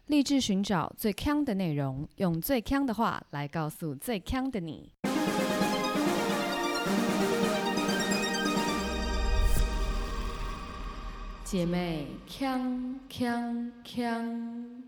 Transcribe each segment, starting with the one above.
立志寻找最强的内容，用最强的话来告诉最强的你。姐妹，强强强！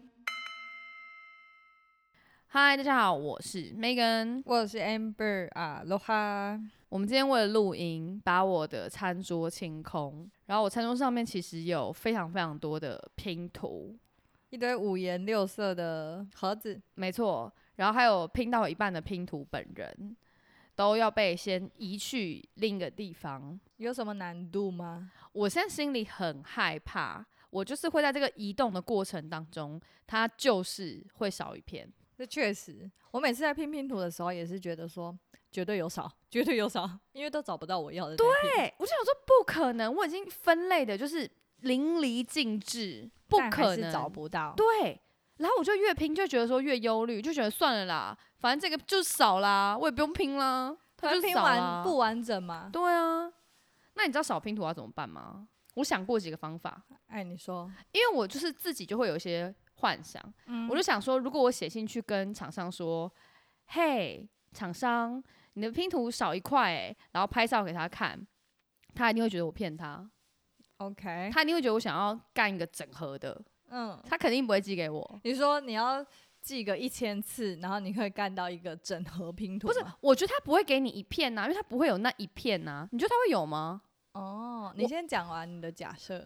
嗨，大家好，我是 Megan， 我是 Amber 啊，Aloha。 我们今天为了录音，把我的餐桌清空，然后我餐桌上面其实有非常非常多的拼图， 一堆五颜六色的盒子， 没错，然后还有拼到一半的拼图本人，都要被先移去另一个地方。 有什么难度吗？ 我现在心里很害怕，我就是会在这个移动的过程当中，它就是会少一片。 这确实，我每次在拼拼图的时候也是觉得说，绝对有少，绝对有少，因为都找不到我要的。对， 我就想说不可能，我已经分类的就是淋漓尽致，不可能， 但还是找不到。 对，然后我就越拼就觉得说越忧虑，就觉得算了啦，反正这个就少啦，我也不用拼啦，它就拼少啦完不完整嘛。 对啊，那你知道少拼图要怎么办吗？我想过几个方法。 哎，你说， 因为我就是自己就会有一些幻想，我就想说，如果我写信去跟厂商说，嘿，厂商，你的拼图少一块然后拍照给他看，他一定会觉得我骗他。 OK， 他一定会觉得我想要干一个整合的，他肯定不会寄给我。 你说你要寄个1000次，然后你可以干到一个整合拼图吗？ 不是，我觉得他不会给你一片因为他不会有那一片你觉得他会有吗？ 哦，你先讲完你的假设。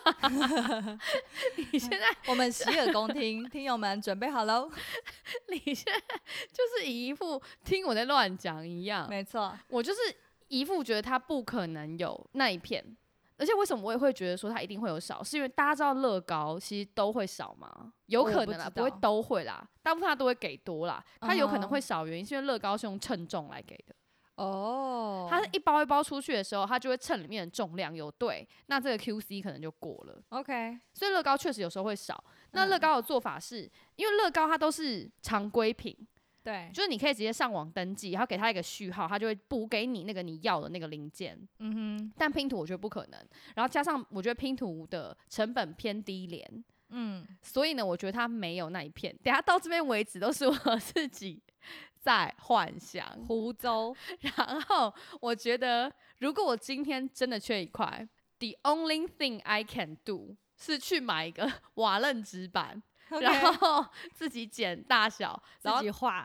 你现在我们洗耳恭听，听友们准备好喽。 你现在就是以一副听我在乱讲一样。 没错， 我就是一副觉得他不可能有那一片，而且为什么我也会觉得说他一定会有少，是因为大家知道乐高其实都会少吗？有可能啦，不会都会啦，大部分他都会给多啦。他有可能会少，原因是因为乐高是用称重来给的。哦，它一包一包出去的时候，它就会称里面的重量有对，那这个 QC 可能就过了。 OK， 所以乐高确实有时候会少。那乐高的做法是，因为乐高它都是常规品， 对， 就是你可以直接上网登记，然后给他一个序号，他就会补给你那个你要的那个零件。但拼图我觉得不可能，然后加上我觉得拼图的成本偏低廉，所以呢，我觉得它没有那一片。等一下到这边为止都是我自己在幻想湖州。 然后我觉得，如果我今天真的缺一块 ，the only thing I can do 是去买一个瓦楞纸板。Okay. 然后自己剪大小，然后自己画，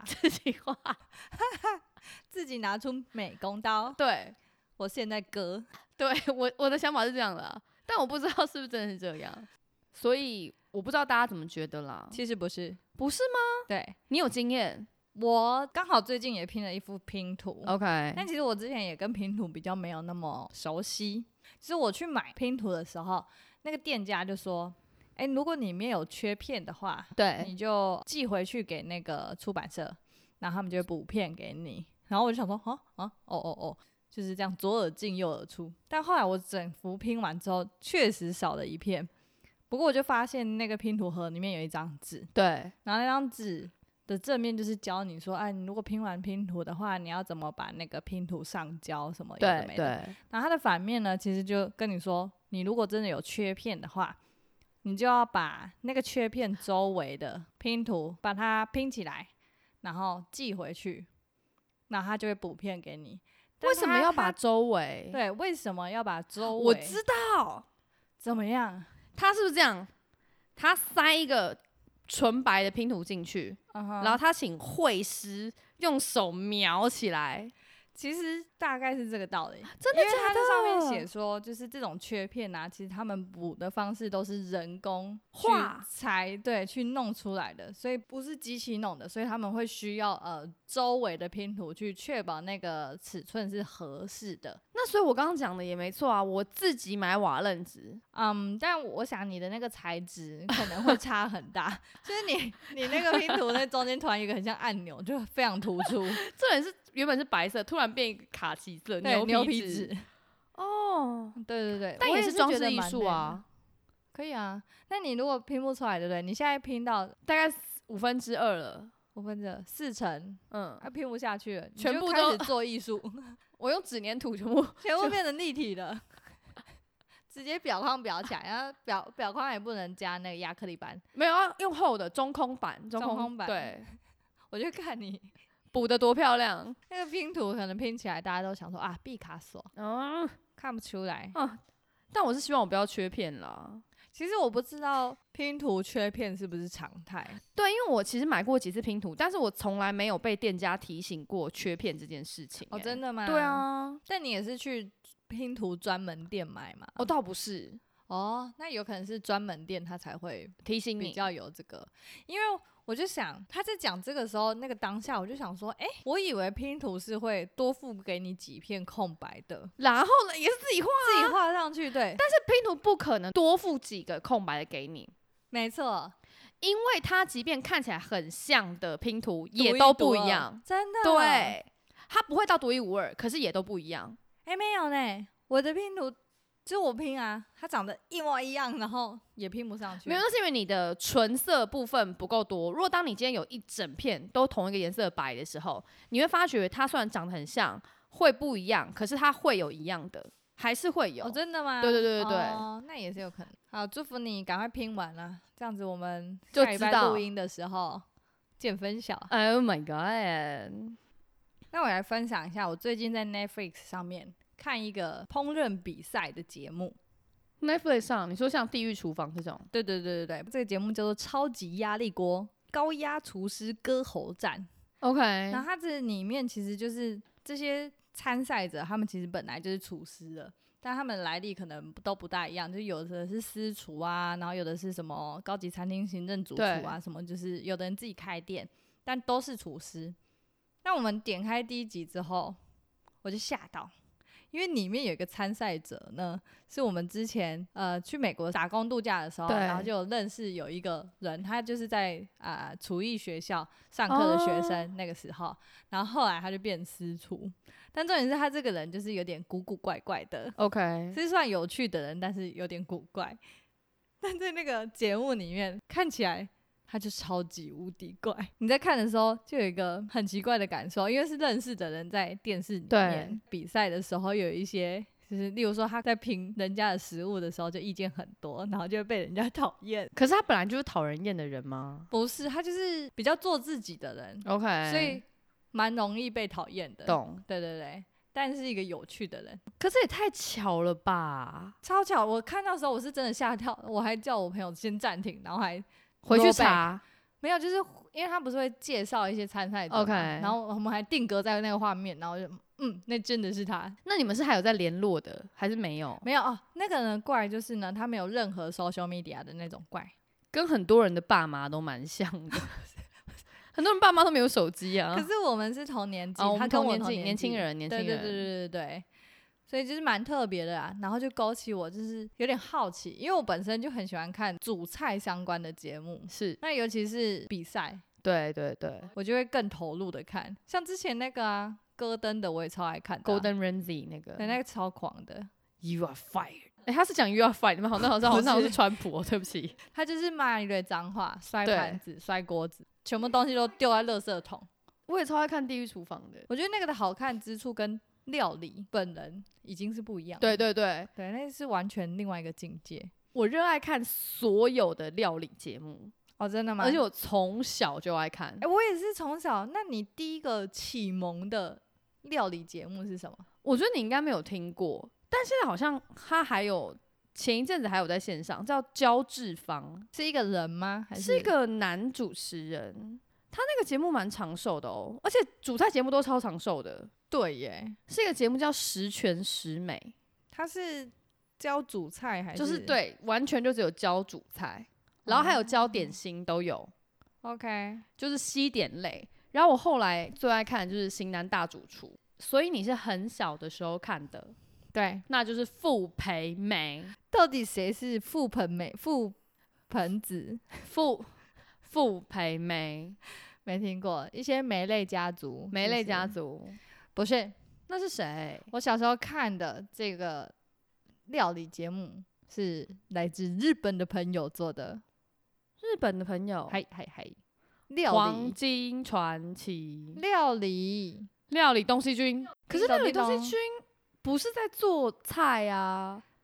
自己拿出美工刀。 对， 我现在割。 对，我的想法是这样的但我不知道是不是真的是这样，所以我不知道大家怎么觉得啦。 其实不是， 不是吗？ 对， 你有经验。 我刚好最近也拼了一幅拼图 ，OK， 但其实我之前也跟拼图比较没有那么熟悉。其实我去买拼图的时候，那个店家就说，如果里面有缺片的话， 对， 你就寄回去给那个出版社，然后他们就会补片给你。然后我就想说，就是这样左耳进右耳出。但后来我整幅拼完之后，确实少了一片。不过我就发现那个拼图盒里面有一张纸， 对， 然后那张纸的正面就是教你说，你如果拼完拼图的话，你要怎么把那个拼图上胶什么有的没的。然后它的反面呢，其实就跟你说，你如果真的有缺片的话，你就要把那个缺片周围的拼图把它拼起来，然后寄回去，那它就会补片给你。 为什么要把周围？ 对，为什么要把周围？ 我知道， 怎么样？ 他是不是这样？他塞一个纯白的拼图进去，然后他请绘师用手描起来。 其实大概是这个道理， 真的假的？ 因为他在上面写说，就是这种缺片其实他们补的方式都是人工画才对去弄出来的，所以不是机器弄的，所以他们会需要周围的拼图去确保那个尺寸是合适的。 那所以我刚刚讲的也没错我自己买瓦楞纸， 但我想你的那个材质可能会差很大，就是你那个拼图那中间突然有一个很像按钮，就非常突出。 这人是原本是白色，突然变一个卡其色牛皮纸。哦， 对对对， 但也是装饰艺术可以啊。那你如果拼不出来，对不对？你现在拼到大概2/5了 ，4成，拼不下去了， 全部都开始做艺术。 我用纸粘土全部变成立体的， 直接表框裱起来，然后表框也不能加那个亚克力板， 没有要用厚的中空板， 中空板。 对， 我就看你补的多漂亮。 那个拼图可能拼起来，大家都想说啊，毕卡索，看不出来。 但我是希望我不要缺片啦。 其实我不知道拼图缺片是不是常态。 对，因为我其实买过几次拼图，但是我从来没有被店家提醒过缺片这件事情。 真的吗？ 对啊。 但你也是去拼图专门店买吗？ 倒不是。 那有可能是专门店他才会提醒你比较有这个，因为我就想他在讲这个时候那个当下，我就想说，我以为拼图是会多付给你几片空白的， 然后呢也是自己画上去，对。 但是拼图不可能多付几个空白的给你， 没错， 因为它即便看起来很像的拼图也都不一样， 真的。 对，它不会到独一无二，可是也都不一样。 没有呢，我的拼图。就我拼啊，它长得一模一样，然后也拼不上去。 没有，那是因为你的纯色部分不够多。如果当你今天有一整片都同一个颜色的白的时候，你会发觉它虽然长得很像，会不一样，可是它会有一样的，还是会有。 真的吗？ 对对对对对。 那也是有可能。好，祝福你赶快拼完了，这样子我们下礼拜录音的时候见分晓。 Oh my god！ 那我来分享一下，我最近在 Netflix 上面看一个烹饪比赛的节目。 Netflix 上你说像地狱厨房这种？ 对，这个节目叫做超级压力锅高压厨师割喉战。 OK， 然后它这里面其实就是这些参赛者他们其实本来就是厨师的，但他们来历可能都不大一样，就有的是私厨啊，然后有的是什么高级餐厅行政主厨啊，什么就是有的人自己开店，但都是厨师。那我们点开第一集之后，我就吓到，因为里面有一个参赛者呢，是我们之前去美国打工度假的时候，然后就有认识有一个人，他就是在厨艺学校上课的学生，那个时候，然后后来他就变私厨。但重点是他这个人就是有点古古怪怪的 ，OK， 是算有趣的人，但是有点古怪。但在那个节目里面看起来他就超级无敌怪，你在看的时候就有一个很奇怪的感受，因为是认识的人在电视里面比赛的时候，有一些就是例如说他在评人家的食物的时候就意见很多，然后就会被人家讨厌。 可是他本来就是讨人厌的人吗？ 不是，他就是比较做自己的人 OK， 所以蛮容易被讨厌的。 懂。 对，但是一个有趣的人。 可是也太巧了吧， 超巧。我看到的时候我是真的吓跳，我还叫我朋友先暂停，然后还回去查。 没有，就是因为他不是会介绍一些参赛者 OK， 然后我们还定格在那个画面，然后就那真的是他。 那你们是还有在联络的还是没有？ 没有哦，那个人怪就是呢，他没有任何 social media 的那种怪， 跟很多人的爸妈都蛮像的。很多人爸妈都没有手机啊。 可是我们是同年纪， 他跟我年轻人。 对，所以就是蛮特别的啊。然后就勾起我就是有点好奇，因为我本身就很喜欢看煮菜相关的节目， 是那尤其是比赛， 对，我就会更投入的看。像之前那个戈登的我也超爱看的 ，Gordon Ramsay 那个， 对，那个超狂的。 You are fired。他是讲 You are fired 吗？那好像是川普对不起。 他就是骂一堆脏话，摔盘子、摔锅子，全部东西都丢在垃圾桶。 我也超爱看地狱厨房的， 我觉得那个的好看之处跟料理本人已经是不一样。 对， 那是完全另外一个境界。 我热爱看所有的料理节目。 真的吗？ 而且我从小就爱看。 我也是从小。那你第一个启蒙的料理节目是什么？ 我觉得你应该没有听过，但现在好像他还有，前一阵子还有在线上，叫焦志芳。 是一个人吗？还是一个男主持人。他那个节目蛮长寿的哦，而且煮菜节目都超长寿的。 对耶， 是一个节目叫十全十美。 他是教煮菜还是？ 就是对，完全就只有教煮菜，然后还有教点心都有。 OK， 就是西点类。然后我后来最爱看的就是《型男大主厨》，所以你是很小的时候看的。 对， 那就是傅培梅。 到底谁是傅盆子？ 傅培梅没听过。一些梅类家族，不是？ 那是谁？ 我小时候看的这个料理节目是来自日本的朋友做的。 日本的朋友？ 嗨，料理黄金传奇。 料理东西君。可是料理东西君不是在做菜啊。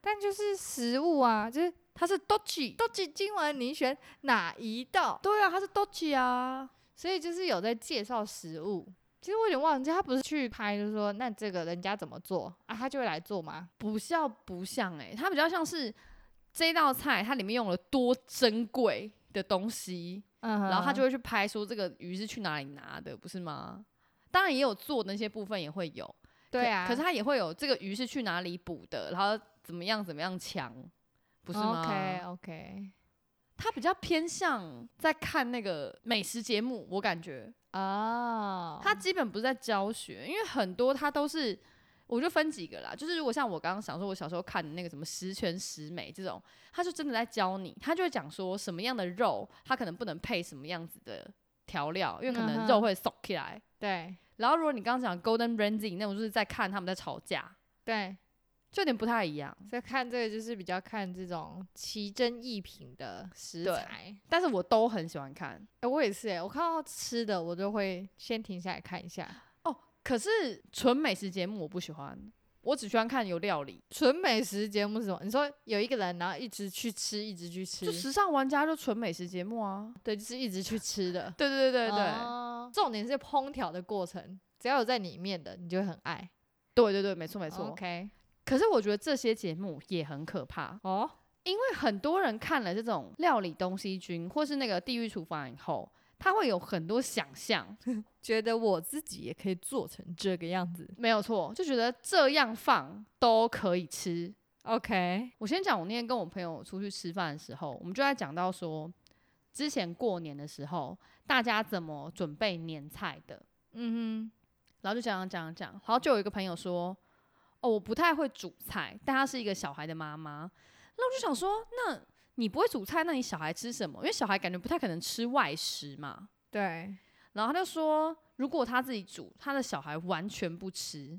但就是食物啊，就是它是 doji 今晚你选哪一道？ 对啊，它是 doji 啊， 所以就是有在介绍食物。其实我有点忘记，他不是去拍，就是说那这个人家怎么做啊，他就会来做吗？ 不像它比较像是这道菜它里面用了多珍贵的东西，然后他就会去拍说这个鱼是去哪里拿的，不是吗？当然也有做的那些部分也会有， 对啊， 可是他也会有这个鱼是去哪里捕的，然后怎么样强，不是吗 ？OK， 他比较偏向在看那个美食节目，我感觉他基本不是在教学，因为很多他都是。我就分几个啦，就是如果像我刚刚想说，我小时候看的那个什么十全十美这种，他就真的在教你，他就会讲说什么样的肉，他可能不能配什么样子的调料，因为可能肉会缩起来。 对。 然后如果你刚刚讲 Golden Ramsay 那种，就是在看他们在吵架， 对， 就有点不太一样。 所以看这个就是比较看这种奇珍异品的食材， 但是我都很喜欢看。 我也是我看到吃的我就会先停下来看一下。 可是纯美食节目我不喜欢，我只喜欢看有料理。 纯美食节目是什么？你说有一个人然后一直去吃，就时尚玩家就纯美食节目啊。 对，就是一直去吃的。 对， 重点是烹调的过程，只要有在里面的，你就会很爱。 对，没错。 OK。 可是我觉得这些节目也很可怕因为很多人看了这种料理东西君或是那个地狱厨房以后，他会有很多想象， 觉得我自己也可以做成这个样子， 没有错，就觉得这样放都可以吃。 OK， 我先讲，我那天跟我朋友出去吃饭的时候，我们就在讲到说，之前过年的时候，大家怎么准备年菜的。然后就讲，然后就有一个朋友说，我不太会煮菜，但她是一个小孩的妈妈。那我就想说，那你不会煮菜，那你小孩吃什么？因为小孩感觉不太可能吃外食嘛。 对。 然后他就说，如果他自己煮，他的小孩完全不吃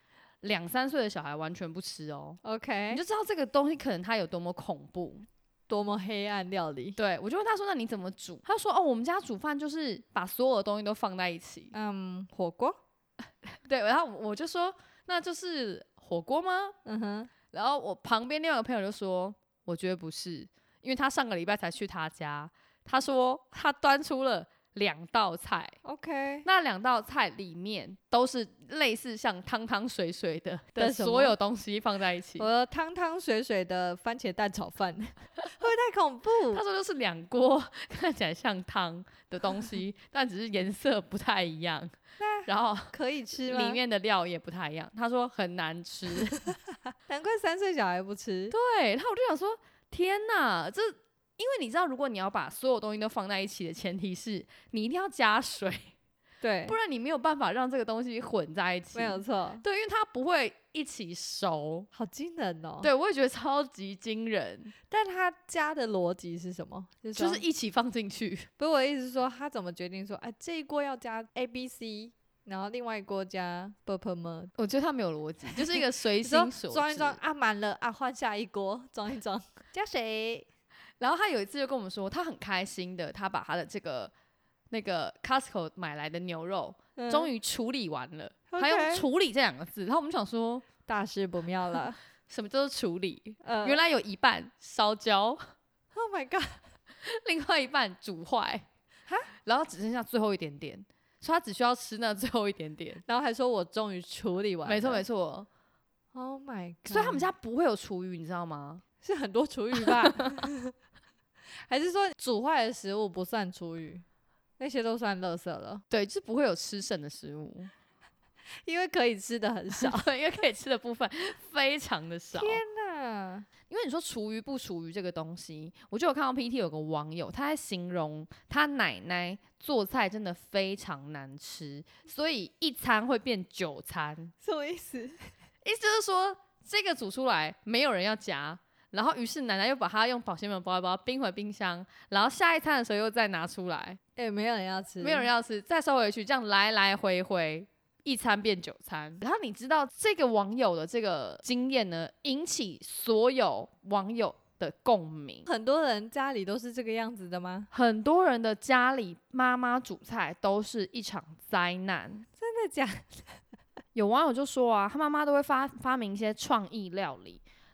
，2、3岁的小孩完全不吃哦。 OK， 你就知道这个东西可能它有多么恐怖， 多么黑暗料理。 对，我就问他说，那你怎么煮？他就说，我们家煮饭就是把所有的东西都放在一起。 火锅。 对，然后我就说，那就是火锅吗？然后我旁边另外一个朋友就说，我觉得不是，因为他上个礼拜才去他家，他说他端出了2道菜 ，OK， 那2道菜里面都是类似像汤汤水水的所有东西放在一起。 我汤汤水水的番茄蛋炒饭，会不会太恐怖？ 他说就是2锅看起来像汤的东西，但只是颜色不太一样，然后可以吃吗？ 里面的料也不太一样。他说很难吃， 难怪3岁小孩不吃。 对，然后我就想说，天哪，这。因为你知道，如果你要把所有东西都放在一起的前提是你一定要加水， 对， 不然你没有办法让这个东西混在一起。 没有错， 对，因为它不会一起熟。 好惊人哦！ 对，我也觉得超级惊人。 但他加的逻辑是什么？ 就是一起放进去。 不是我的意思是说，他怎么决定说，这一锅要加 ABC， 然后另外一锅加 BPM？ 我觉得他没有逻辑，就是一个随心所至。 装一装啊，满了啊，换下一锅，装一装，加水。 然后他有一次就跟我们说，他很开心的，他把他的这个那个 Costco 买来的牛肉终于处理完了，还用处理这2个字。然后我们想说， 大事不妙了。 什么叫做处理？原来有一半烧焦 ，Oh my god， 另外一半煮坏，然后只剩下最后一点点，所以他只需要吃那最后一点点。 然后还说我终于处理完了。 没错。 Oh my god， 所以他们家不会有厨余，你知道吗？ 是很多厨余吧？还是说煮坏的食物不算厨余，那些都算垃圾了？ 对，就是不会有吃剩的食物， 因为可以吃的很少， 因为可以吃的部分非常的少。 天哪！ 因为你说厨余不厨余这个东西，我就有看到 PT 有个网友他在形容他奶奶做菜真的非常难吃，所以1餐会变9餐。 什么意思？ 意思就是说这个煮出来没有人要夹。然后，于是奶奶又把它用保鲜膜包一包，冰回冰箱，然后下一餐的时候又再拿出来。 没有人要吃， 没有人要吃，再收回去，这样来来回回，1餐变9餐。然后你知道这个网友的这个经验呢，引起所有网友的共鸣。 很多人家里都是这个样子的吗？ 很多人的家里妈妈煮菜都是一场灾难。 真的假的？ 有网友就说啊，他妈妈都会发明一些创意料理。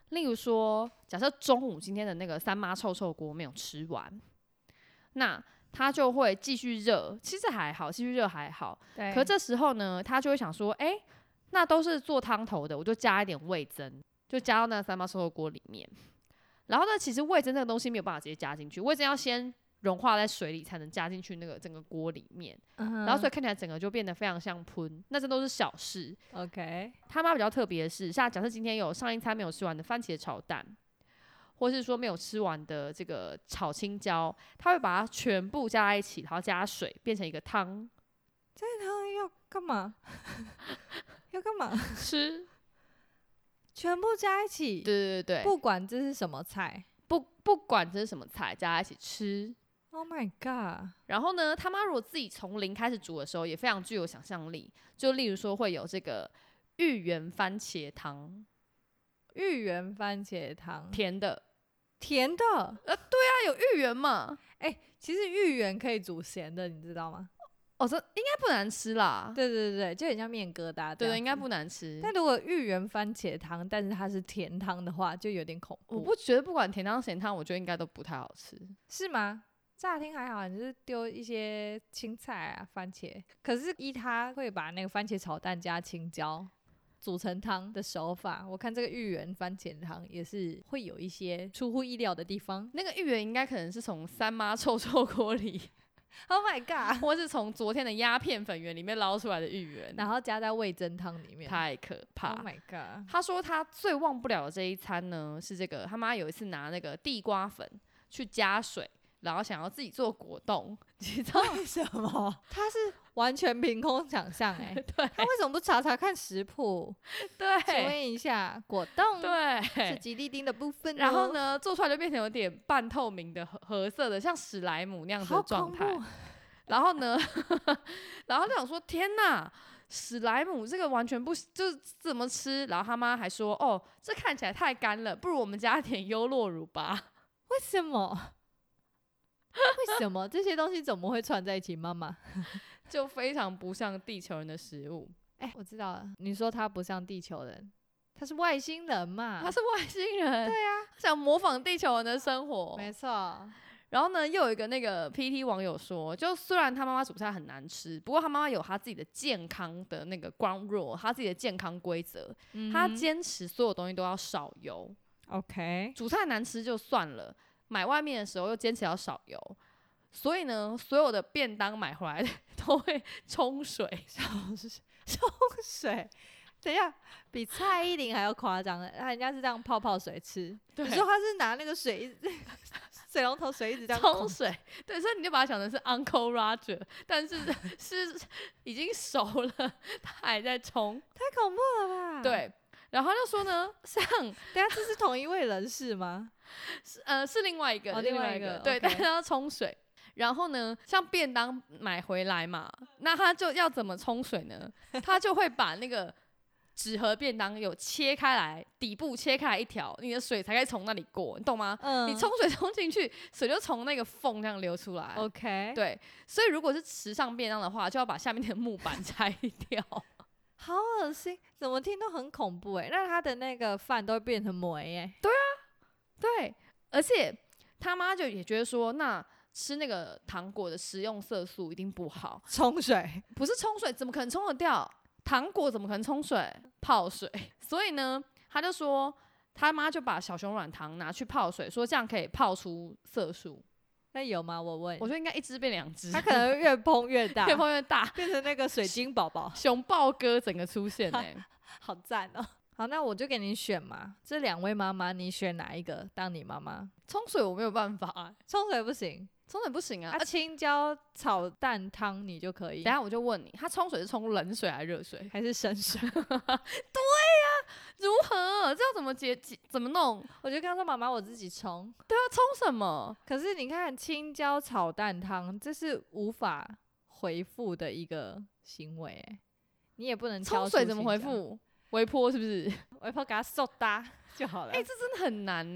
例如说，假设中午今天的那个三妈臭臭锅没有吃完，那它就会继续热，其实还好，继续热还好。 对。 可这时候呢，他就会想说，那都是做汤头的，我就加一点味噌，就加到那三妈臭臭锅里面。然后呢，其实味噌这个东西没有办法直接加进去，味噌要先融化在水里才能加进去那个整个锅里面，然后所以看起来整个就变得非常像喷，那这都是小事。 OK， 他妈比较特别的是，像假设今天有上一餐没有吃完的番茄炒蛋，或是说没有吃完的这个炒青椒，他会把它全部加在一起，然后加水变成一个汤。 这汤要干嘛？要干嘛？ 吃。 全部加一起， 对对对， 不管这是什么菜， 不管这是什么菜，加在一起吃。 Oh my god！ 然后呢，他妈如果自己从零开始煮的时候，也非常具有想象力。就例如说，会有这个芋圆番茄汤， 芋圆番茄汤， 甜的， 甜的。 对啊，有芋圆嘛。 其实芋圆可以煮咸的，你知道吗？ 这应该不难吃啦。 对对对，就很像面疙瘩。 对，应该不难吃。 但如果芋圆番茄汤，但是它是甜汤的话，就有点恐怖。 我不觉得不管甜汤咸汤，我觉得应该都不太好吃。 是吗？乍听还好，你就是丢一些青菜啊、番茄。可是他会把那个番茄炒蛋加青椒煮成汤的手法，我看这个芋圆番茄汤也是会有一些出乎意料的地方。 那个芋圆应该可能是从三妈臭臭锅里 ，Oh my god！ 或是从昨天的鸦片粉圆里面捞出来的芋圆， 然后加在味噌汤里面， 太可怕。 Oh my god！ 他说他最忘不了的这一餐呢，是这个他妈有一次拿那个地瓜粉去加水，然后想要自己做果冻，你知道为什么？他是完全凭空想象对，他为什么不查查看食谱？ 对， 请问一下，果冻对是吉利丁的部分， 然后呢，做出来就变成有点半透明的褐色的，像史莱姆那样子的状态。然后呢，然后就想说，天哪！史莱姆这个完全不就是怎么吃？然后他妈还说，这看起来太干了，不如我们加点优酪乳吧。 为什么？为什么这些东西怎么会串在一起？妈妈就非常不像地球人的食物。 我知道了，你说他不像地球人，他是外星人嘛？ 他是外星人， 对啊， 想模仿地球人的生活， 没错。 然后呢，又有一个那个 PT 网友说，就虽然他妈妈煮菜很难吃，不过他妈妈有他自己的健康的那个光弱，他自己的健康规则，他坚持所有东西都要少油。 OK， 煮菜难吃就算了，买外面的时候又坚持要少油，所以呢，所有的便当买回来的都会冲水， 冲水。等一下，比蔡依林还要夸张的，人家是这样泡水吃。你说他是拿那个水水龙头水一直这样冲水，对，所以你就把它想成是 Uncle Roger， 但是是已经熟了，他还在冲， 太恐怖了吧？ 对，然后他就说呢，像等一下这是同一位人士吗？ 是另外一个， 另外一个， 对，但是他要冲水。然后呢，像便当买回来嘛，那他就要怎么冲水呢？他就会把那个纸盒便当有切开来，底部切开来一条，你的水才可以从那里过，你懂吗？你冲水冲进去，水就从那个缝这样流出来。 OK， 对，所以如果是时尚便当的话，就要把下面的木板拆掉。 好恶心，怎么听都很恐怖那他的那个饭都会变成霉对啊，对，而且他妈就也觉得说，那吃那个糖果的食用色素一定不好。 冲水不是冲水，怎么可能冲得掉？糖果怎么可能冲水？泡水。所以呢，他就说他妈就把小熊软糖拿去泡水，说这样可以泡出色素。 那有吗？我觉得应该一只变两只， 它可能越膨越大， 越膨越大， 变成那个水晶宝宝， 熊抱哥整个出现好赞哦！好，那我就给你选嘛，这两位妈妈，你选哪一个当你妈妈？ 冲水我没有办法冲水不行。 冲水不行啊！ 青椒炒蛋汤你就可以。 等一下我就问你，他冲水是冲冷水还是热水还是生水？ 对呀，如何？这要怎么怎么弄？ 我就跟他说：“妈妈，我自己冲。” 对啊，冲什么？ 可是你看青椒炒蛋汤，这是无法回复的一个行为你也不能冲水怎么回复？微波是不是？ 微波给它收搭就好了。 这真的很难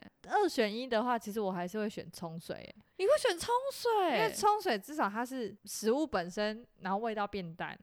2选1的话，其实我还是会选冲水你会选冲水？ 因为冲水至少它是食物本身，然后味道变淡。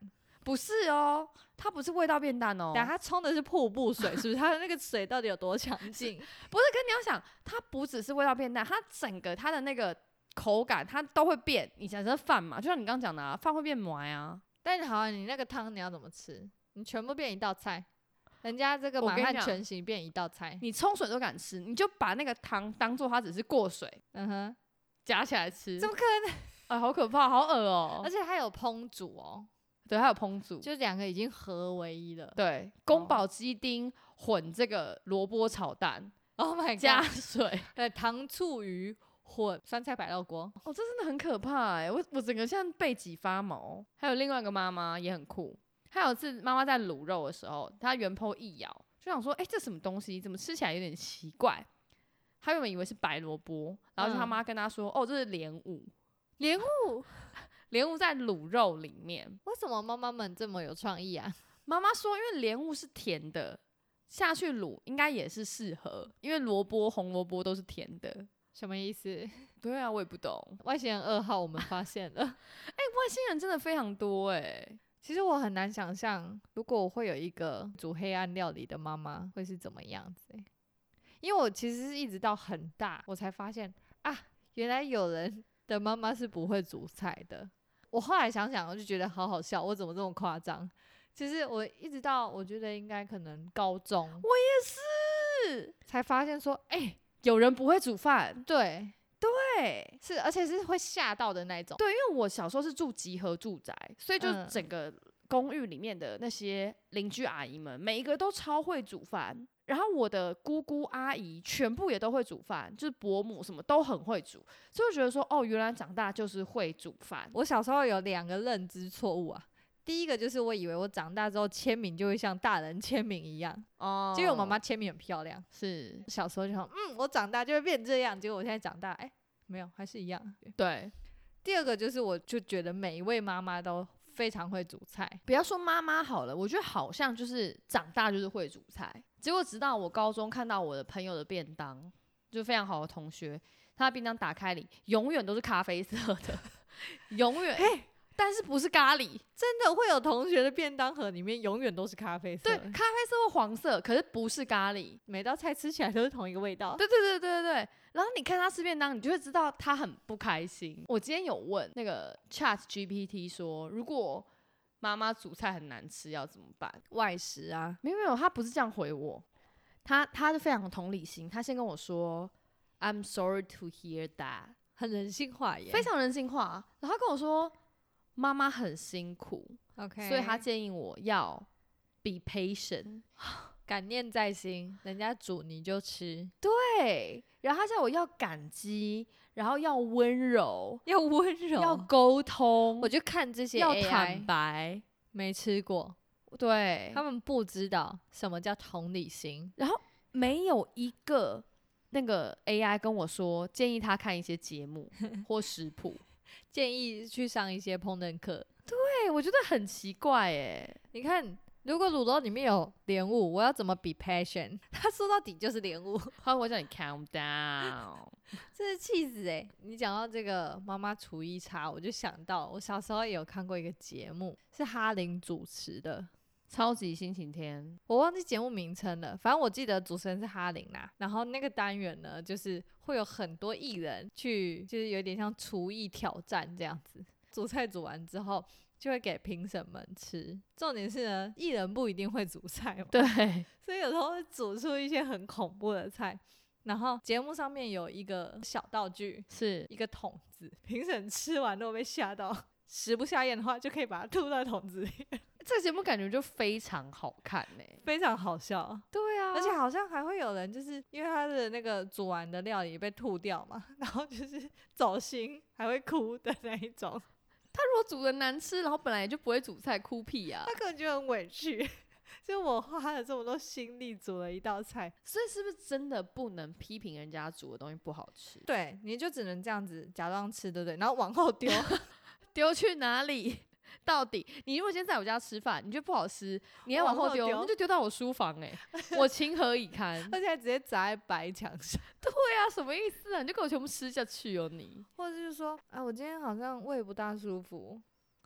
不是哦，它不是味道变淡哦。 等下它冲的是瀑布水，是不是？它的那个水到底有多强劲？ 不是，跟你要想，它不只是味道变淡，它整个它的那个口感它都会变。你想是饭嘛，就像你刚刚讲的啊，饭会变麻啊。 但好啊，你那个汤你要怎么吃？你全部变一道菜，人家这个满汉全席变一道菜， 你冲水都敢吃，你就把那个汤当做它只是过水，夹起来吃， 怎么可能？ 哎，好可怕，好恶哦！ 而且还有烹煮哦， 对，还有烹煮， 就2个已经合为一了。 对，宫保鸡丁混这个萝卜炒蛋 ，Oh my god， 加水， 对，糖醋鱼混酸菜白肉锅， 哦，这真的很可怕哎！我整个像背脊发毛。还有另外一个妈妈也很酷，还有次妈妈在卤肉的时候，她原剖一咬，就想说，这什么东西，怎么吃起来有点奇怪？她原本以为是白萝卜，然后就她妈跟她说，这是莲雾。莲雾，莲雾在卤肉里面。 为什么妈妈们这么有创意啊？ 妈妈说，因为莲雾是甜的，下去卤应该也是适合，因为红萝卜都是甜的。 什么意思？ 对啊，我也不懂。 外星人2号我们发现了。 外星人真的非常多其实我很难想象，如果我会有一个煮黑暗料理的妈妈，会是怎么样子因为我其实是一直到很大，我才发现啊，原来有人的妈妈是不会煮菜的。我后来想想，我就觉得好好笑，我怎么这么夸张？其实我一直到我觉得应该可能高中， 我也是才发现说， 有人不会煮饭。 对， 是， 而且是会吓到的那种。 对，因为我小时候是住集合住宅，所以就整个公寓里面的那些邻居阿姨们，每一个都超会煮饭。然后我的姑姑阿姨全部也都会煮饭，就是伯母什么都很会煮，所以我觉得说，原来长大就是会煮饭。 我小时候有2个认知错误啊。第一个就是我以为我长大之后签名就会像大人签名一样，结果我妈妈签名很漂亮， 是小时候就想，我长大就会变这样，结果我现在长大，没有，还是一样。 对。 第二个就是我就觉得每一位妈妈都非常会煮菜， 不要说妈妈好了，我觉得好像就是长大就是会煮菜。结果直到我高中看到我的朋友的便当，就非常好的同学，他的便当打开里永远都是咖啡色的，永远。但是不是咖喱， 真的会有同学的便当盒里面永远都是咖啡色。 对，咖啡色或黄色，可是不是咖喱， 每道菜吃起来都是同一个味道。 对。然后你看他吃便当，你就会知道他很不开心。我今天有问那个 ChatGPT 说，如果妈妈煮菜很难吃要怎么办？ 外食啊？ 没有，他不是这样回我，他是非常同理心，他先跟我说 I'm sorry to hear that， 很人性化耶， 非常人性化。然后他跟我说妈妈很辛苦 ，OK， 所以他建议我要 be patient， 感念在心，人家煮你就吃。 对，然后他叫我要感激，然后要温柔，要沟通， 我就看这些 AI， 要坦白， 没吃过， 对， 他们不知道什么叫同理心， 然后没有一个那个 AI 跟我说建议他看一些节目或食谱。 建议去上一些烹饪课。 对，我觉得很奇怪你看，如果卤肉里面有莲雾，我要怎么比 passion？ 他说到底就是莲雾。 好，我叫你 count down， 真是气死你讲到这个妈妈厨艺差，我就想到我小时候也有看过一个节目，是哈林主持的。 超级星期天， 我忘记节目名称了，反正我记得主持人是哈林啦。然后那个单元呢，就是会有很多艺人去，就是有点像厨艺挑战这样子。煮菜煮完之后，就会给评审们吃。重点是呢，艺人不一定会煮菜嘛， 对， 所以有时候会煮出一些很恐怖的菜。然后节目上面有一个小道具， 是一个桶子，评审吃完都被吓到，食不下咽的话，就可以把它吐到桶子里。 这个节目感觉就非常好看非常好笑。 对啊， 而且好像还会有人就是因为他的那个煮完的料理被吐掉嘛，然后就是走心还会哭的那一种。 他如果煮的难吃，然后本来也就不会煮菜，哭屁啊！ 他可能就很委屈，就我花了这么多心力煮了一道菜， 所以是不是真的不能批评人家煮的东西不好吃？ 对，你就只能这样子假装吃，对不对？然后往后丢， 丢去哪里？到底你如果今天在我家吃饭，你觉得不好吃，你要往后丢，那就丢到我书房我情何以堪？ 而且还直接砸在白墙上。 对啊，什么意思啊？你就给我全部吃下去哦你。 或者就是说，我今天好像胃不大舒服，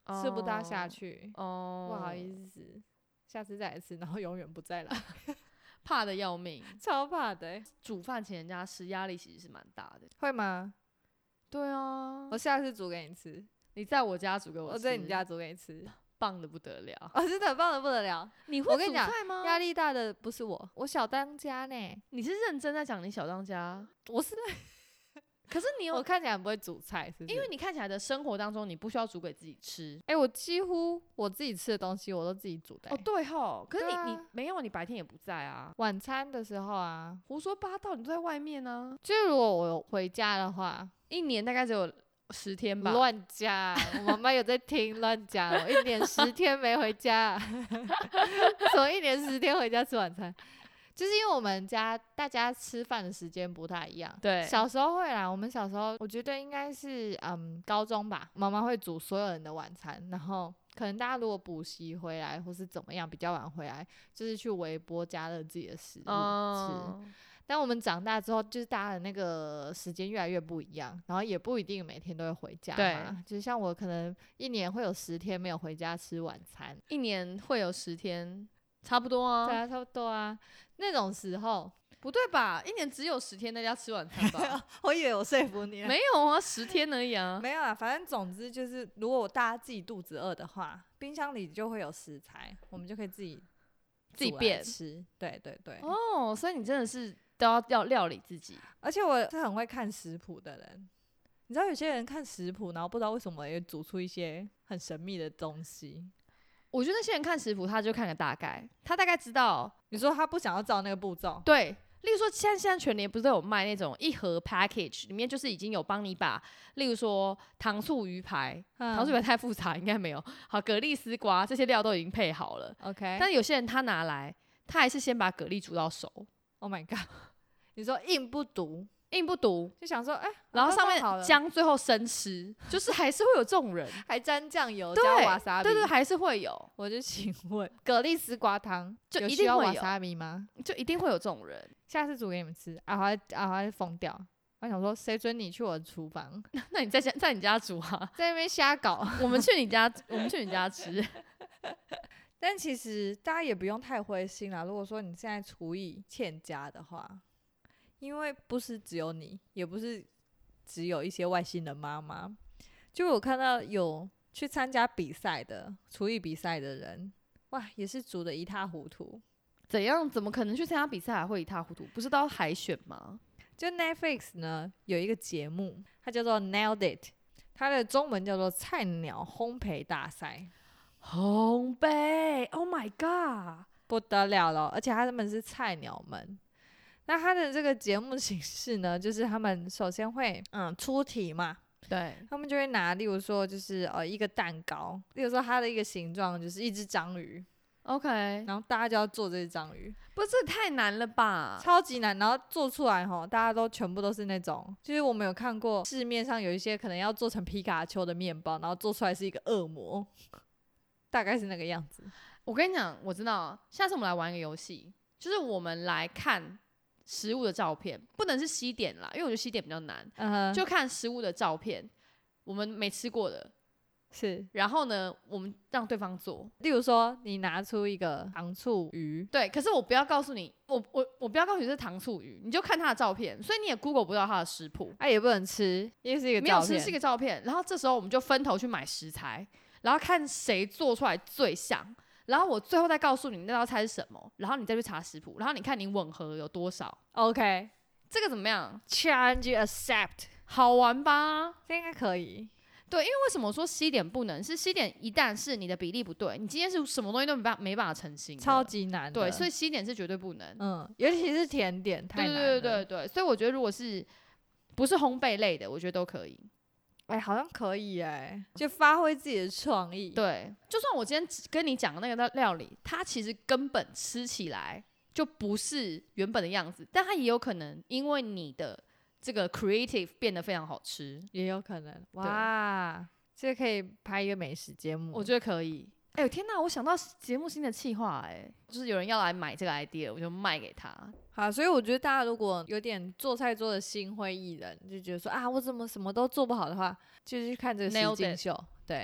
吃不大下去，不好意思，下次再来吃，然后永远不再来。 怕的要命， 超怕的煮饭请人家吃，压力其实是蛮大的。 会吗？ 对啊， 我下次煮给你吃。 你在我家煮给我吃， 我在你家煮给你吃， 棒的不得了。 真的棒的不得了。 你会煮菜吗？ 压力大的不是我小当家呢。 你是认真在讲你小当家？ 我是可是你我看起来不会煮菜，是不是？ 因为你看起来的生活当中，你不需要煮给自己吃。 我几乎我自己吃的东西我都自己煮的。 对吼。可是你没有，你白天也不在啊。 晚餐的时候啊， 胡说八道，你都在外面啊。 就如果我有回家的话， 一年大概只有10天吧。 乱加，我妈妈有在听，乱加。我一年10天没回家，怎么一年10天回家吃晚餐？就是因为我们家大家吃饭的时间不太一样。 对， 小时候会啦，我们小时候我觉得应该是高中吧，妈妈会煮所有人的晚餐，然后可能大家如果补习回来或是怎么样比较晚回来，就是去微波加热自己的食物吃。但我们长大之后，就是大家的那个时间越来越不一样，然后也不一定每天都会回家嘛。就像我可能一年会有10天没有回家吃晚餐， 一年会有10天，差不多啊。 对啊，差不多啊。那种时候不对吧？一年只有10天在家吃晚餐吧？ 我以为我说服你了。 没有啊，10天而已啊。 没有啊，反正总之就是，如果大家自己肚子饿的话，冰箱里就会有食材，我们就可以自己变吃。对对对。 所以你真的是都要料理自己。 而且我是很会看食谱的人。你知道有些人看食谱，然后不知道为什么也煮出一些很神秘的东西。 我觉得那些人看食谱，他就看个大概，他大概知道。 你说他不想要照那个步骤？ 对，例如说现在全联不是都有卖那种1盒 package， 里面就是已经有帮你把，例如说糖醋鱼排，糖醋鱼排太复杂，应该没有。好，蛤蜊丝瓜这些料都已经配好了。 OK。 但有些人他拿来，他还是先把蛤蜊煮到熟。 Oh my god！ 你说硬不读？ 硬不读， 就想说， 然后上面姜最后生吃，就是还是会有这种人， 还沾酱油加瓦萨比， 对，还是会有。 我就请问，蛤蜊丝瓜汤就一定需要瓦萨比吗？ 就一定会有这种人。 下次煮给你们吃，阿华疯掉。我想说，谁准你去我的厨房？ 那你在你家煮啊， 在那边瞎搞。 我们去你家吃。 但其实大家也不用太灰心啦。如果说你现在厨艺欠佳的话，因为不是只有你，也不是只有一些外星人妈妈。就我看到有去参加比赛的厨艺比赛的人，哇，也是煮得一塌糊涂。 怎么可能去参加比赛还会一塌糊涂？不是都要海选吗？ 就 Netflix 呢有一个节目，它叫做 Nailed It， 它的中文叫做菜鸟烘焙大赛。 烘焙 ，Oh my god， 不得了了！而且他们是菜鸟们。那他的这个节目形式呢，就是他们首先会出题嘛， 对， 他们就会拿，例如说就是一个蛋糕，例如说它的一个形状就是一只章鱼 ，OK， 然后大家就要做这只章鱼， 不是这太难了吧？ 超级难，然后做出来大家都全部都是那种，就是我们有看过市面上有一些可能要做成皮卡丘的面包，然后做出来是一个恶魔，大概是那个样子。 我跟你讲，我知道，下次我们来玩一个游戏，就是我们来看食物的照片，不能是西点啦，因为我觉得西点比较难，就看食物的照片，我们没吃过的， 是， 然后呢，我们让对方做， 例如说你拿出一个糖醋鱼， 对，可是我不要告诉你，我不要告诉你是糖醋鱼，你就看它的照片，所以你也 Google 不到它的食谱， 也不能吃，因为是一个照片， 没有吃是一个照片，然后这时候我们就分头去买食材，然后看谁做出来最像。然后我最后再告诉你那道菜是什么，然后你再去查食谱，然后你看你吻合有多少。 OK， 这个怎么样 ？Challenge accept， 好玩吧？ 这应该可以。 对，因为为什么说西点不能？是西点一旦是你的比例不对，你今天是什么东西都没办法成型， 超级难的。 对，所以西点是绝对不能。 尤其是甜点太难了。 对，所以我觉得如果是不是烘焙类的，我觉得都可以。 好像可以就发挥自己的创意。 对，就算我今天跟你讲的那个料理，它其实根本吃起来就不是原本的样子，但它也有可能因为你的这个 creative 变得非常好吃， 也有可能。哇，这可以拍一个美食节目， 我觉得可以。天哪，我想到节目新的企划就是有人要来买这个 idea， 我就卖给他。 好，所以我觉得大家如果有点做菜做的心灰意冷，就觉得说我怎么什么都做不好的话，就去看这个实境秀。对，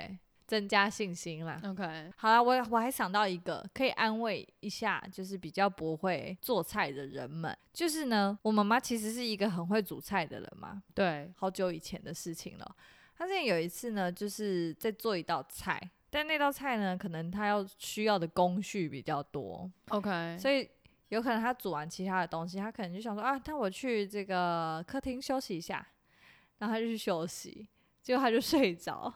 增加信心啦。 OK， 好啦，我还想到一个可以安慰一下，就是比较不会做菜的人们，就是呢，我妈妈其实是一个很会煮菜的人嘛， 对， 好久以前的事情了。她之前有一次呢，就是在做一道菜，但那道菜呢，可能她需要的工序比较多 OK， 所以有可能她煮完其他的东西，她可能就想说啊，那我去这个客厅休息一下，然后她就去休息，结果她就睡着。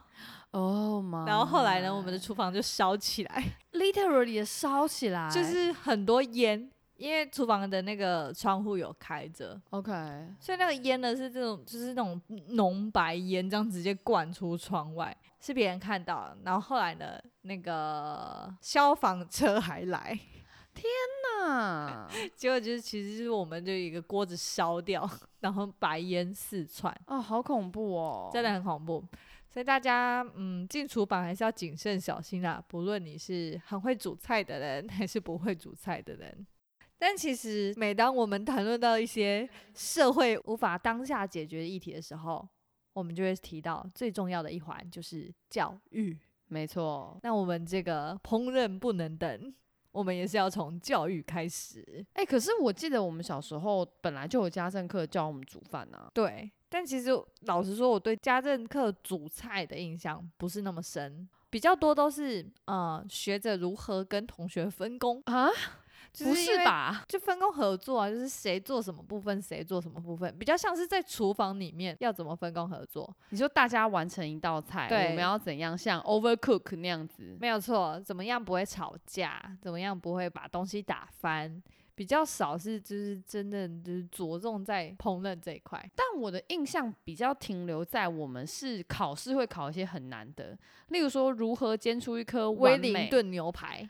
Oh my， 然后后来呢，我们的厨房就烧起来 ，literally 烧起来， 就是很多烟，因为厨房的那个窗户有开着 OK， 所以那个烟呢是这种，就是那种浓白烟，这样直接灌出窗外，是别人看到了。然后后来呢，那个消防车还来， 那结果就是其实就是我们就一个锅子烧掉，然后白烟四窜， 哦，好恐怖哦， 真的很恐怖。所以大家进厨房还是要谨慎小心啦，不论你是很会煮菜的人还是不会煮菜的人。但其实每当我们谈论到一些社会无法当下解决的议题的时候，我们就会提到最重要的一环就是教育。 没错， 那我们这个烹饪不能等，我们也是要从教育开始。 可是我记得我们小时候本来就有家政课教我们煮饭啊。 对，但其实老实说，我对家政课煮菜的印象不是那么深，比较多都是学着如何跟同学分工啊。 就是不是吧？ 就分工合作啊，就是谁做什么部分，谁做什么部分，比较像是在厨房里面要怎么分工合作。 你说大家完成一道菜， 对， 我们要怎样像 overcook 那样子？ 没有错，怎么样不会吵架，怎么样不会把东西打翻，比较少是就是真的就是着重在烹饪这一块。 但我的印象比较停留在我们是考试会考一些很难的，例如说如何煎出一颗威完美灵顿牛排。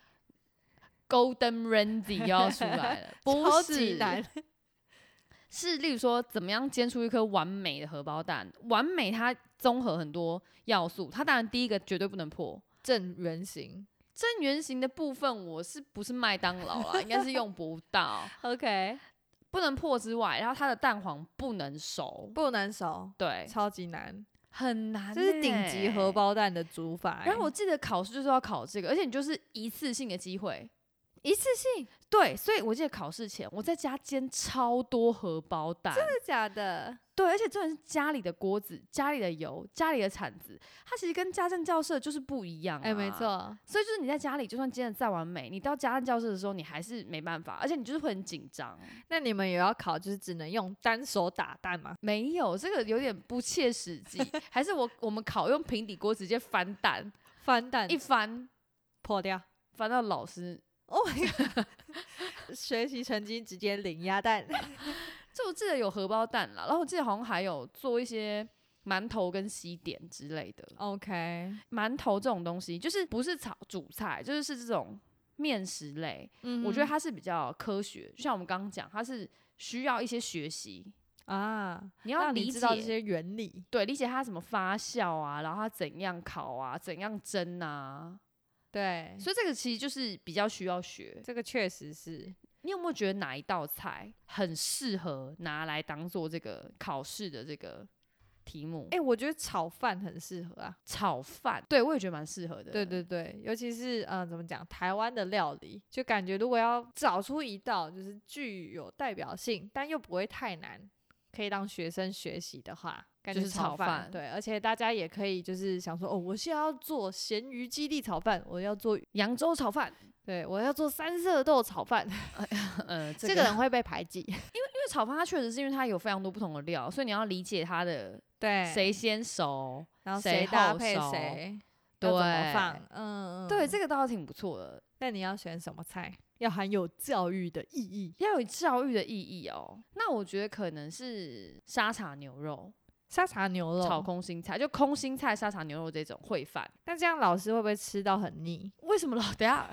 Golden Ramsy 又要出来了，不是， 超级难， 是例如说怎么样煎出一颗完美的荷包蛋？完美它综合很多要素，它当然第一个绝对不能破正圆形。 正圆形的部分，我是不是麦当劳啦？应该是用不到。 OK， 不能破之外，然后它的蛋黄不能熟， 不能熟， 对， 超级难， 很难， 这是顶级荷包蛋的煮法。 然后我记得考试就是要考这个，而且你就是一次性的机会。 一次性， 对，所以我记得考试前我在家煎超多荷包蛋， 真的假的？ 对，而且重点是家里的锅子、家里的油、家里的铲子，它其实跟家政教室就是不一样啊。 没错。 所以就是你在家里就算煎的再完美，你到家政教室的时候你还是没办法，而且你就是会很紧张。 那你们有要考就是只能用单手打蛋吗？ 没有，这个有点不切实际。还是我们考用平底锅直接翻蛋， 翻蛋一翻破掉， 翻到老师。 Oh my god！ 学习成绩直接零鸭蛋。 就我记得有荷包蛋啦，然后我记得好像还有做一些馒头跟西点之类的。 OK， 馒头这种东西就是不是煮菜，就是这种面食类。我觉得它是比较科学，就像我们刚刚讲，它是需要一些学习啊， 你要理解知道这些原理， 对，理解它怎么发酵啊，然后它怎样烤啊，怎样蒸啊。 对， 所以这个其实就是比较需要学。 这个确实是。 你有没有觉得哪一道菜很适合拿来当做这个考试的这个题目？ 我觉得炒饭很适合啊。 炒饭，对，我也觉得蛮适合的。 对对对，尤其是怎么讲，台湾的料理，就感觉如果要找出一道就是具有代表性，但又不会太难，可以让学生学习的话，感觉就是炒饭。 对，而且大家也可以就是想说，我现在要做咸鱼基地炒饭，我要做扬州炒饭， 对，我要做三色豆炒饭。这个人会被排挤，因为炒饭它确实是因为它有非常多不同的料，所以你要理解它的对谁先熟， 然后谁搭配谁， 对， 要怎么放， 对，这个倒是挺不错的。 那你要选什么菜？要含有教育的意义， 要有教育的意义哦。那我觉得可能是沙茶牛肉。 沙茶牛肉炒空心菜，就空心菜沙茶牛肉这种烩饭。 那这样老师会不会吃到很腻？ 为什么等一下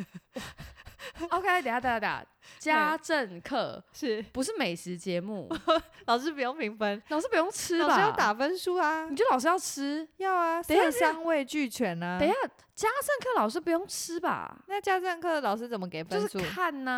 OK， 等一下，家政课是不是美食节目？ 老师不用评分， 老师不用吃吧？ 老师要打分数啊！ 你觉得老师要吃？ 要啊， 等一下色香味俱全啊！ 等一下，家政课老师不用吃吧？ 那家政课老师怎么给分数？ 就是看啊。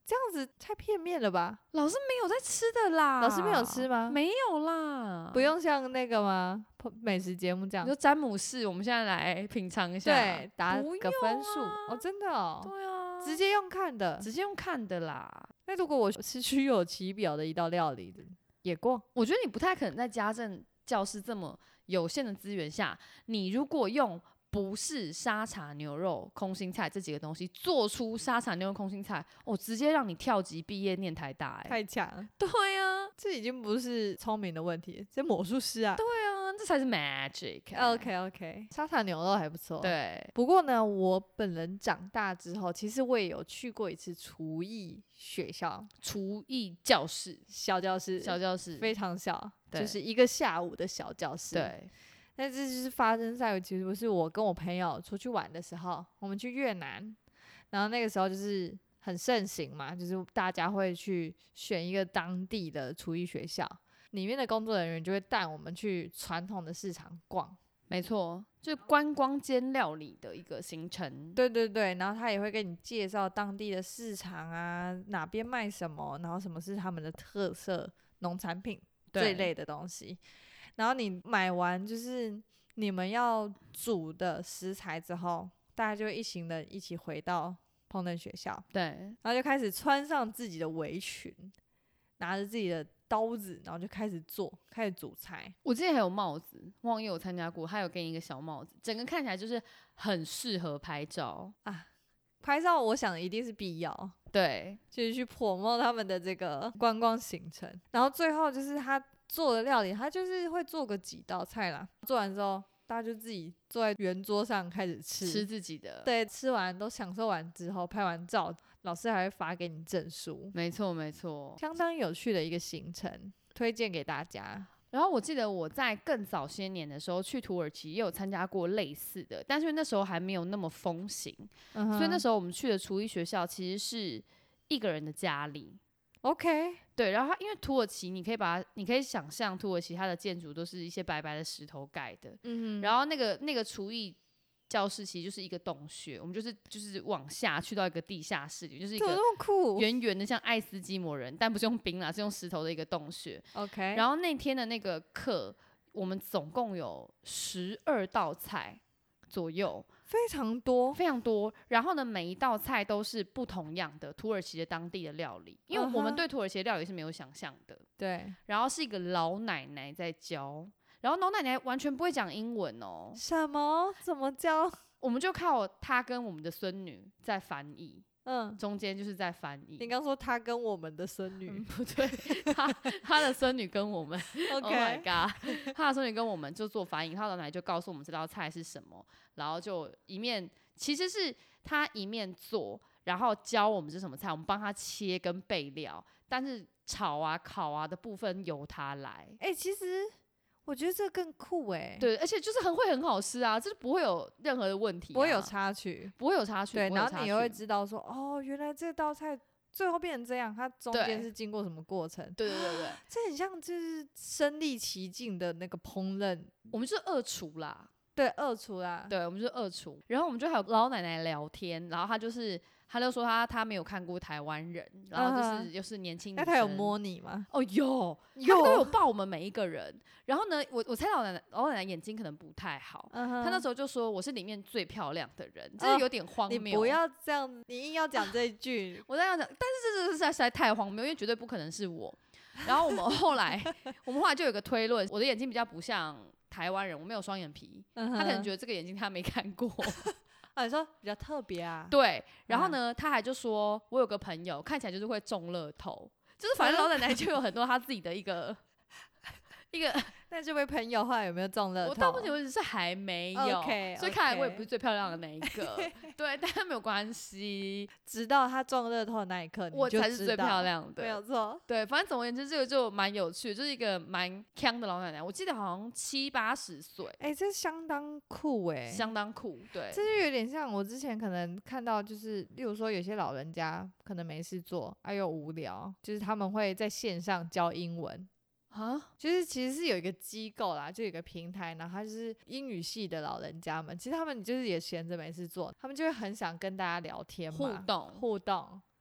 这样子太片面了吧？ 老师没有在吃的啦。 老师没有吃吗？ 没有啦。 不用像那个吗？美食节目这样， 就詹姆士，我们现在来品尝一下， 对，打个分数哦，真的哦， 对啊， 直接用看的， 直接用看的啦。 那如果我是虚有其表的一道料理也过， 我觉得你不太可能在家政教室这么有限的资源下，你如果用不是沙茶牛肉空心菜这几个东西做出沙茶牛肉空心菜，直接让你跳级毕业念台大， 太强了。 对啊， 这已经不是聪明的问题，这魔术师啊。 对啊，这才是 magic。 OK， 沙茶牛肉还不错。 对， 不过呢，我本人长大之后，其实我也有去过一次厨艺学校、 厨艺教室、 小教室，非常小，就是一个下午的小教室。 对。 但这就是发生在其实是我跟我朋友出去玩的时候，我们去越南，然后那个时候就是很盛行嘛，就是大家会去选一个当地的厨艺学校，里面的工作人员就会带我们去传统的市场逛。 没错，就是观光兼料理的一个行程。 对对对，然后他也会给你介绍当地的市场啊，哪边卖什么，然后什么是他们的特色农产品这一类的东西。然后你买完就是你们要煮的食材之后，大家就一行人一起回到烹饪学校， 对， 然后就开始穿上自己的围裙，拿着自己的刀子，然后就开始煮菜。 我之前还有帽子，忘也有参加过，他有给你一个小帽子，整个看起来就是很适合拍照啊。拍照我想一定是必要， 对， 就是去promote他们的这个观光行程。然后最后就是他做的料理，他就是会做个几道菜啦。做完之后，大家就自己坐在圆桌上开始吃自己的。 对，吃完都享受完之后，拍完照，老师还会发给你证书。 没错没错， 相当有趣的一个行程，推荐给大家。 然后我记得我在更早些年的时候去土耳其也有参加过类似的，但是那时候还没有那么风行，所以那时候我们去的厨艺学校其实是一个人的家里。 OK， 对，然后因为土耳其，你可以想象土耳其它的建筑都是一些白白的石头盖的，然后那个厨艺教室其实就是一个洞穴，我们就是往下去到一个地下室里，就是一个圆圆的像爱斯基摩人，但不是用冰啦，是用石头的一个洞穴。 OK， 然后那天的那个课，我们总共有12道菜左右。 非常多， 非常多。然后呢，每一道菜都是不同样的土耳其的当地的料理，因为我们对土耳其的料理是没有想象的。 对。 然后是一个老奶奶在教，然后老奶奶完全不会讲英文哦。 什么？怎么教？ 我们就靠她跟我们的孙女在翻译。中间就是在翻译。 你刚说他跟我们的孙女， 不对，他的孙女跟我们 ，OK， Oh my god， 他的孙女跟我们就做翻译，他老奶奶就告诉我们这道菜是什么，然后就其实是他一面做，然后教我们是什么菜，我们帮他切跟备料，但是炒啊烤啊的部分由他来。 其实我觉得这更酷对，而且就是很好吃啊，就是不会有任何的问题， 不会有插曲，对，然后你又会知道说，哦，原来这道菜最后变成这样，它中间是经过什么过程？ 对， 这很像就是身临其境的那个烹饪， 我们就是二厨啦， 对，二厨啦， 对，我们就是二厨，然后我们就还有老奶奶聊天，然后他就说他没有看过台湾人，然后就是又是年轻女生。 那他有摸你吗？ 哦，有，他都有抱我们每一个人。然后呢，我猜老奶奶眼睛可能不太好，他那时候就说我是里面最漂亮的人，就是有点荒谬。 你不要这样，你硬要讲这一句， 我在要讲，但是这实在太荒谬，因为绝对不可能是我。然后我们后来就有个推论，我的眼睛比较不像台湾人，我没有双眼皮，他可能觉得这个眼睛他没看过。 你说比较特别啊？ 对，然后呢，他还就说，我有个朋友看起来就是会中乐透，就是反正老奶奶就有很多他自己的一个。 那这位朋友后来有没有中乐透？ 我到目前为止是还没有， okay， 所以看来我也不是最漂亮的那一个。对，但是没有关系， 直到他中乐透的那一刻， 我才是最漂亮的， 没有错。 对，反正总而言之，这个就蛮有趣的，就是一个蛮强的老奶奶。我记得好像70-80岁， 这相当酷相当酷。对， 这就有点像我之前可能看到，就是例如说有些老人家可能没事做，又无聊，就是他们会在线上教英文。就是其实是有一个机构啦，就有一个平台，然后他就是英语系的老人家们，其实他们就是也闲着没事做，他们就会很想跟大家聊天嘛，互动。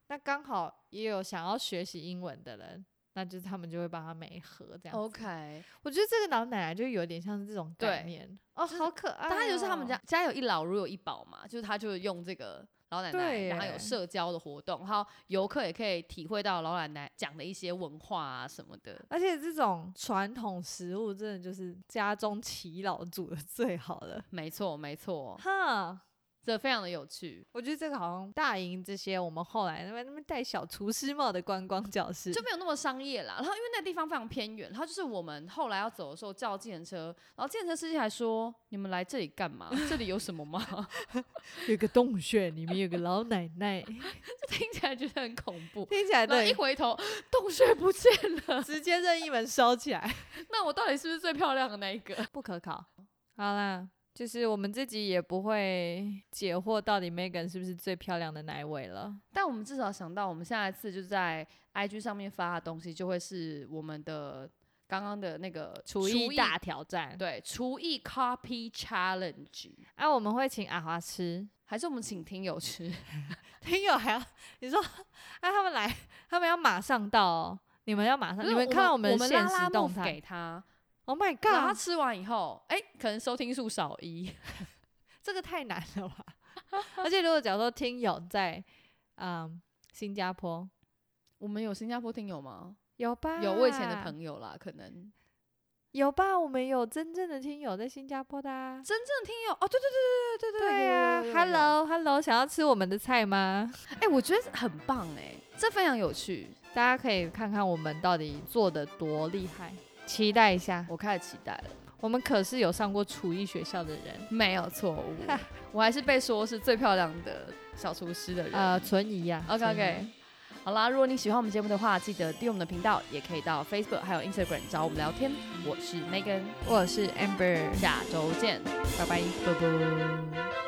那刚好也有想要学习英文的人，那就是他们就会帮他媒合这样子。 OK， 我觉得这个老奶奶就有点像是这种概念哦，好可爱、哦。 大概就是他们家有一老如有一宝嘛，就是他就用这个老奶奶，然后有社交的活动，然后游客也可以体会到老奶奶讲的一些文化啊什么的。 而且这种传统食物真的就是家中耆老煮的最好了。 没错，没错。 哈。 这非常的有趣， 我觉得这个好像大赢这些我们后来那边戴小厨师帽的观光教室就没有那么商业啦。然后因为那个地方非常偏远，然后就是我们后来要走的时候叫计程车，然后计程车司机还说：“你们来这里干嘛？这里有什么吗？” 有个洞穴，里面有个老奶奶， 这听起来觉得很恐怖。 听起来对， 然后一回头，洞穴不见了， 直接任意门收起来。 那我到底是不是最漂亮的那一个？ 不可考。好啦。就是我们自己也不会解惑到底 Megan 是不是最漂亮的那一位了， 但我们至少想到我们下一次就在 IG 上面发的东西就会是我们的刚刚的那个厨艺大挑战， 对，厨艺 Copy Challenge。 我们会请阿华吃， 还是我们请听友吃？ 听友还要你说他们来，他们要马上到哦，你们要马上，你们看到我们的限时动态给他。 Oh my god！ 然后他吃完以后，可能收听数少1， 这个太难了吧？而且如果假如说听友在新加坡， 我们有新加坡听友吗？ 有吧？ 有我以前的朋友啦，可能有吧？我们有真正的听友在新加坡的啊， 真正听友哦，对啊 ，Hello， 想要吃我们的菜吗？ 我觉得很棒这非常有趣， 大家可以看看我们到底做得多厉害。期待一下， 我开始期待了。 我们可是有上过厨艺学校的人， 没有错误。我还是被说是最漂亮的小厨师的人。 存疑啊。 OK， 好啦，如果你喜欢我们节目的话，记得订阅我们的频道，也可以到 Facebook 还有 Instagram 找我们聊天。我是 Megan， 我是 Amber， 下周见， 拜拜， 拜拜。